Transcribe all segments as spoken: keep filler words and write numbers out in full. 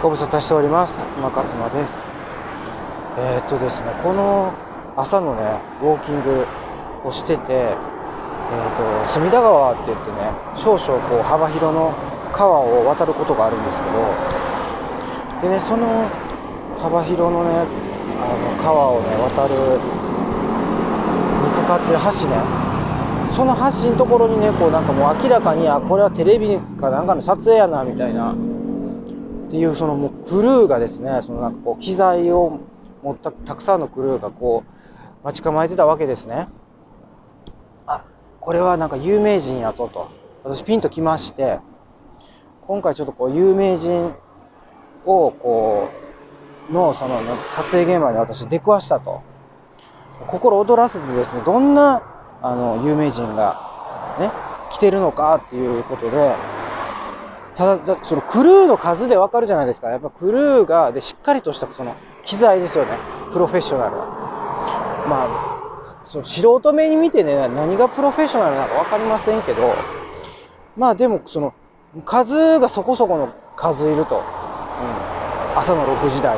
ご無沙汰しております。馬勝間です。えー、っとですね、この朝のね、ウォーキングをしてて、えー、っと、隅田川って言ってね、少々こう幅広の川を渡ることがあるんですけど、でね、その幅広のね、あの川をね、渡るにかかってる橋ね、その橋のところにね、こうなんかもう明らかに、あ、これはテレビかなんかの撮影やな、みたいな、っていうそのもうクルーがですね、そのなんかこう機材を持ったたくさんのクルーがこう待ち構えてたわけですね。あ、これはなんか有名人やぞと私ピンときまして、今回ちょっとこう有名人をこうのその、ね、撮影現場に私出くわしたと、心躍らせてですね、どんなあの有名人がね来てるのかっていうことで、ただそのクルーの数で分かるじゃないですか。やっぱクルーがでしっかりとしたその機材ですよね。プロフェッショナルな。まあその素人目に見てね、何がプロフェッショナルなのか分かりませんけど、まあでもその数がそこそこの数いると、うん、朝のろくじ台、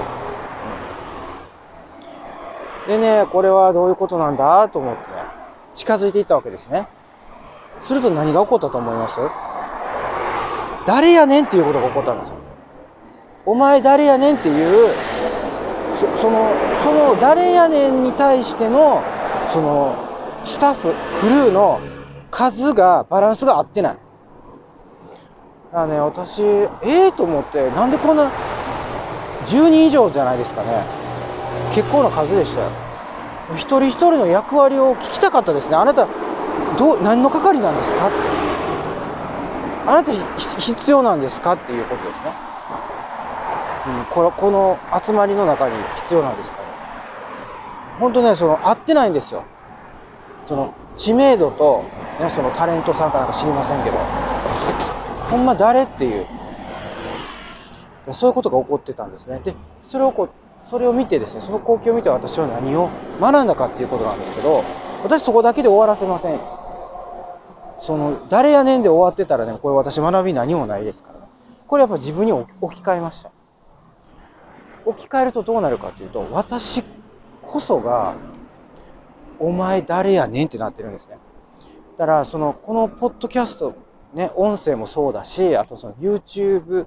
うん、でね、これはどういうことなんだと思って、ね、近づいていったわけですね。すると何が起こったと思います？誰やねんっていうことが起こったんですよ。お前誰やねんっていう、そ, そのその誰やねんに対してのそのスタッフクルーの数がバランスが合ってない。だからね、私ええー、と思って、なんでこんなじゅうにん以上じゃないですかね。結構な数でしたよ。一人一人の役割を聞きたかったですね。あなたどう何の係なんですかって、あなた必要なんですかっていうことですね。うん、こ, この集まりの中に必要なんですかね。本当ね、その合ってないんですよ。その知名度と、ね、そのタレントさんかなんか知りませんけど、ほんま誰っていう、そういうことが起こってたんですね。で、それをこうそれを見てですね、その光景を見て私は何を学んだかっていうことなんですけど、私そこだけで終わらせません。その誰やねんで終わってたらね、これ私学び何もないですからね。これやっぱ自分に置き換えました。置き換えるとどうなるかというと、私こそがお前誰やねんってなってるんですね。だからそのこのポッドキャストね、音声もそうだし、あとその YouTube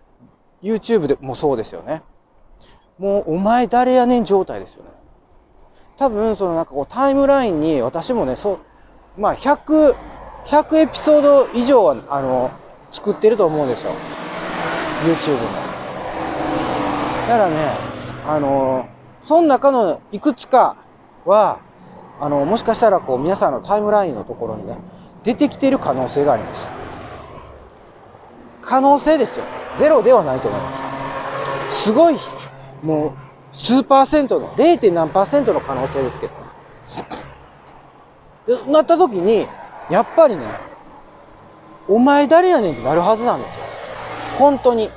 YouTube でもそうですよね。もうお前誰やねん状態ですよね。多分そのなんかこうタイムラインに私もね、そうまあひゃく ひゃくエピソード以上はあの作ってると思うんですよ。YouTube も。だからね、あのその中のいくつかはあのもしかしたらこう皆さんのタイムラインのところにね出てきている可能性があります。可能性ですよ。ゼロではないと思います。すごいもう数パーセントの ゼロ. 何パーセントの可能性ですけど、なった時にやっぱりね、お前誰やねんってなるはずなんですよ。本当に。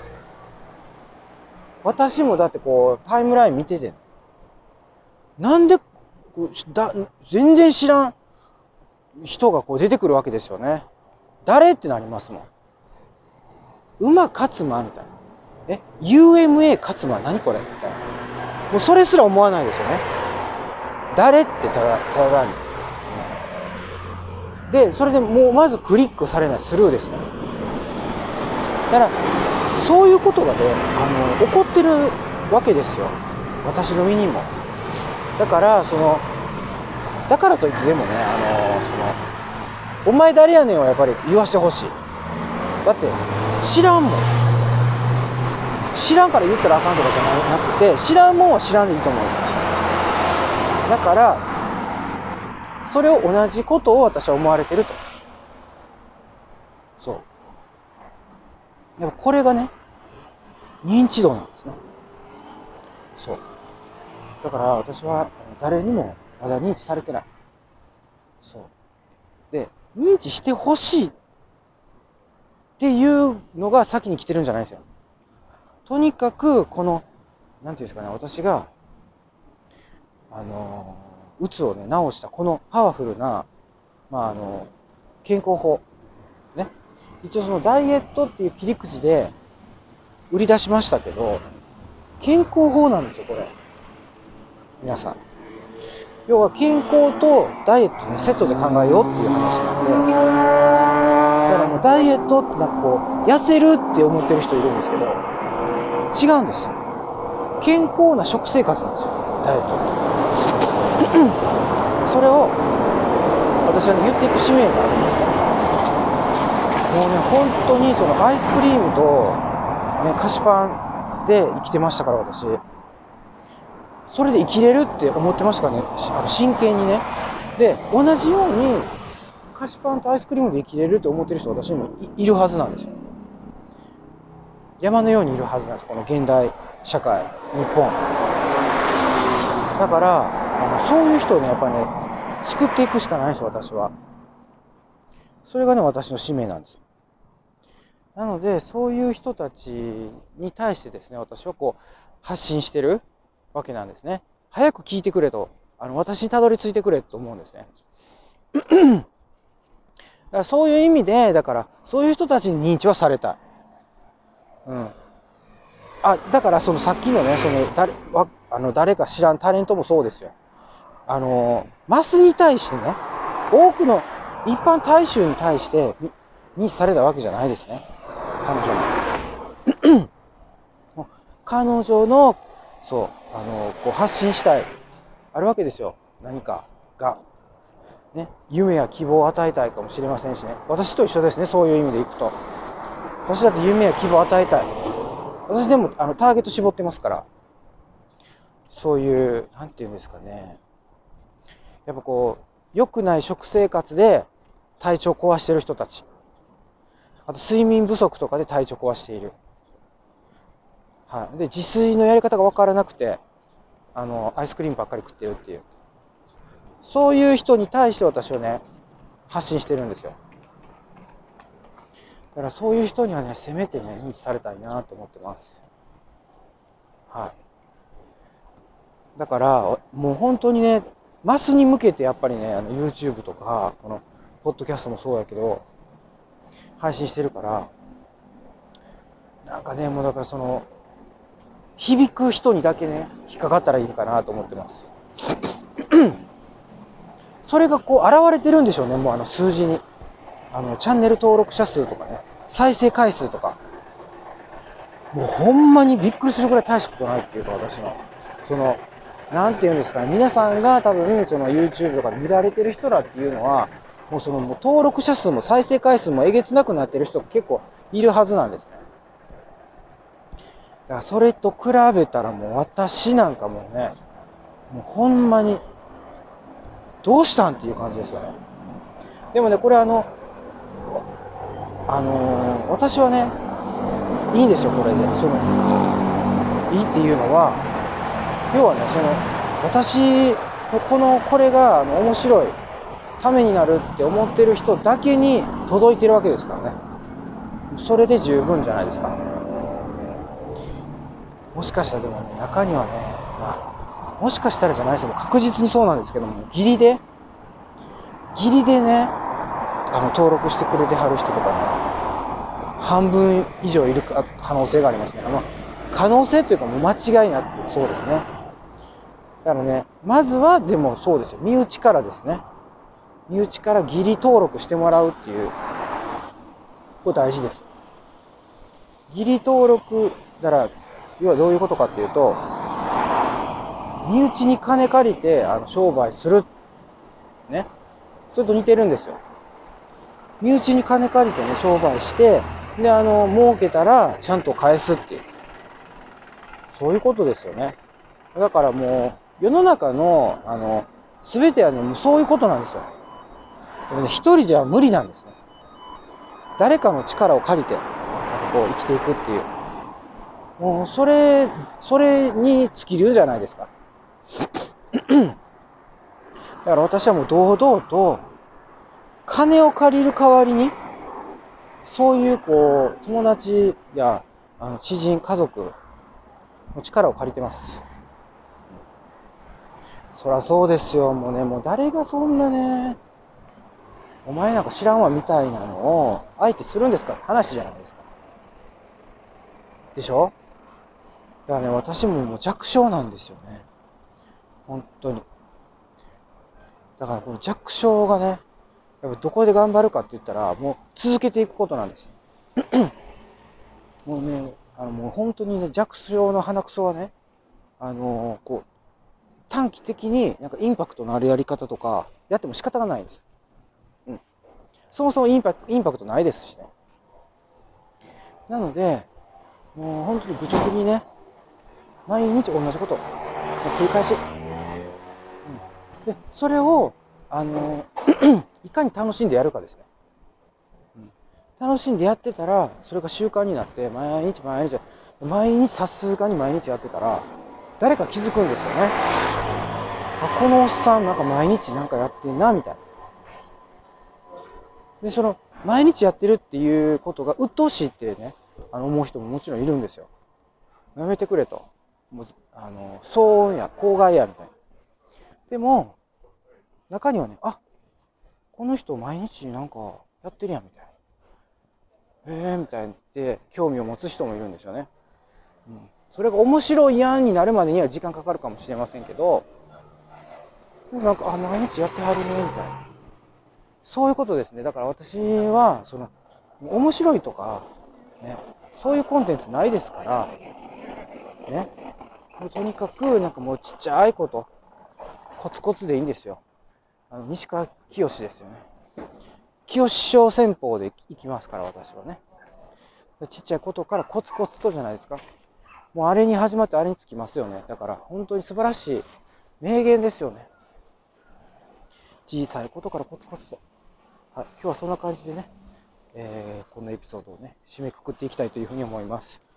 私もだってこうタイムライン見てて、なんでだ全然知らん人がこう出てくるわけですよね。誰ってなりますもん。馬勝馬みたいな。え ユーエムエー 勝馬何これみたいな。もうそれすら思わないですよね。誰ってただただに。でそれでもうまずクリックされない、スルーですね。だからそういうことがね、あの起こってるわけですよ、私の身にも。だからそのだからといってでもね、あのそのお前誰やねんはやっぱり言わしてほしい。だって知らんもん。知らんから言ったらあかんとかじゃなくて、知らんもんは知らんでいいと思うんですよ。だからそれを同じことを私は思われてると。そうやっぱこれがね認知度なんですね。そうだから私は誰にもまだ認知されてない。そうで認知してほしいっていうのが先に来てるんじゃないですよ。とにかくこのなんていうんですかね、私があのうつをね治したこのパワフルな、まああの健康法ね、一応そのダイエットっていう切り口で売り出しましたけど、健康法なんですよ、これ。皆さん。要は健康とダイエットのセットで考えようっていう話なんで、だからもうダイエットってなんかこう、痩せるって思ってる人いるんですけど、違うんですよ。健康な食生活なんですよ、ダイエットって。それを、私は言っていく使命があるんですから。もうね、本当にそのアイスクリームと、ね、菓子パンで生きてましたから、私。それで生きれるって思ってましたからね、真剣にね。で、同じように、菓子パンとアイスクリームで生きれるって思ってる人私にも い, いるはずなんですよ。山のようにいるはずなんです、この現代社会、日本。だから、あのそういう人をね、やっぱりね、救っていくしかないんですよ、私は。それがね、私の使命なんです。なので、そういう人たちに対してですね、私はこう、発信してるわけなんですね。早く聞いてくれと、あの私にたどり着いてくれと思うんですね。だからそういう意味で、だからそういう人たちに認知はされたい。うん。あ、だからそのさっきのね、その誰わあの誰か知らんタレントもそうですよ。あのマスに対してね、多くの一般大衆に対して認知されたわけじゃないですね。彼女の彼女のそうあのこう発信したいあるわけですよ。何かがね、夢や希望を与えたいかもしれませんしね。私と一緒ですね。そういう意味でいくと、私だって夢や希望を与えたい。私でもあのターゲット絞ってますから、そういうなんていうんですかね。やっぱこう良くない食生活で体調を壊している人たち、あと睡眠不足とかで体調を壊している。はい。で自炊のやり方が分からなくて、あのアイスクリームばっかり食ってるっていう。そういう人に対して私はね、発信してるんですよ。だからそういう人にはね、せめてね、認知されたいなと思ってます。はい。だから、もう本当にね、マスに向けてやっぱりね、あの YouTube とか、この、ポッドキャストもそうやけど、配信してるから、なんかね、もうだからその、響く人にだけね、引っかかったらいいかなと思ってます。それがこう、現れてるんでしょうね、もうあの数字に。あの、チャンネル登録者数とかね、再生回数とか。もうほんまにびっくりするぐらい大したことないっていうか、私の。その、なんていうんですかね、皆さんが多分、その YouTube とかで見られてる人らっていうのは、もうそのもう登録者数も再生回数もえげつなくなってる人が結構いるはずなんですね。だからそれと比べたらもう私なんかもうね、もうほんまに、どうしたんっていう感じですよね。でもね、これあの、あのー、私はね、いいんですよ、これで。その、いいっていうのは、要はね、その、私のこの、これがあの面白い、ためになるって思ってる人だけに届いてるわけですからね。それで十分じゃないですか。もしかしたらでもね、中にはね、まあ、もしかしたらじゃないですよ、確実にそうなんですけども、ギリで、ギリでね、あの登録してくれてはる人とかね、半分以上いる可能性がありますね。まあ、可能性というかもう間違いなくそうですね。だからね、まずはでもそうですよ、身内からですね。身内からギリ登録してもらうっていう、これ大事です。ギリ登録だから、要はどういうことかっていうと、身内に金借りてあの商売する。ね。それと似てるんですよ。身内に金借りてね、商売して、で、あの、儲けたらちゃんと返すっていう。そういうことですよね。だからもう、世の中の、あの、すべてはね、もうそういうことなんですよ。でもね、一人じゃ無理なんですね。誰かの力を借りて、こう生きていくっていう。もう、それ、それに尽きるじゃないですか。だから私はもう堂々と、金を借りる代わりに、そういうこう、友達や、あの、知人、家族の力を借りてます。そらそうですよ、もうね、もう誰がそんなね、お前なんか知らんわみたいなのを、相手するんですかって話じゃないですか。 でしょ？だからね、私ももう弱小なんですよね。本当に。だからこの弱小がね、やっぱどこで頑張るかって言ったら、もう続けていくことなんですよ。もうね、あのもう本当にね、弱小の鼻くそはね、あのーこう、短期的になんかインパクトのあるやり方とか、やっても仕方がないんです。うん。そもそもインパクインパクトないですしね。なので、もう本当に愚直にね、毎日同じこと、繰り返し。うん、で、それを、あのーいかに楽しんでやるかですね。うん、楽しんでやってたら、それが習慣になって、毎日毎日、毎日さすがに毎日やってたら、誰か気づくんですよね。あ、このおっさんなんか毎日なんかやってんな、みたいな。で、その、毎日やってるっていうことが鬱陶しいってね、あの思う人ももちろんいるんですよ。やめてくれと。もう、あの、騒音や、公害や、みたいな。でも、中にはね、あ、この人毎日なんかやってるやん、みたいな。へえ、みたいなって興味を持つ人もいるんですよね。うん。それが面白いやんになるまでには時間かかるかもしれませんけど、なんか、あ、毎日やってはるね、みたいな。そういうことですね。だから私は、その、面白いとか、ね、そういうコンテンツないですから、ね、もうとにかく、なんかもうちっちゃいこと、コツコツでいいんですよ。あの、西川きよしですよね。きよし師匠戦法でいきますから、私はね。ちっちゃいことからコツコツとじゃないですか。もうあれに始まってあれにつきますよね。だから、本当に素晴らしい名言ですよね。小さいことからコツコツと。はい、今日はそんな感じでね、えー、このエピソードをね、締めくくっていきたいというふうに思います。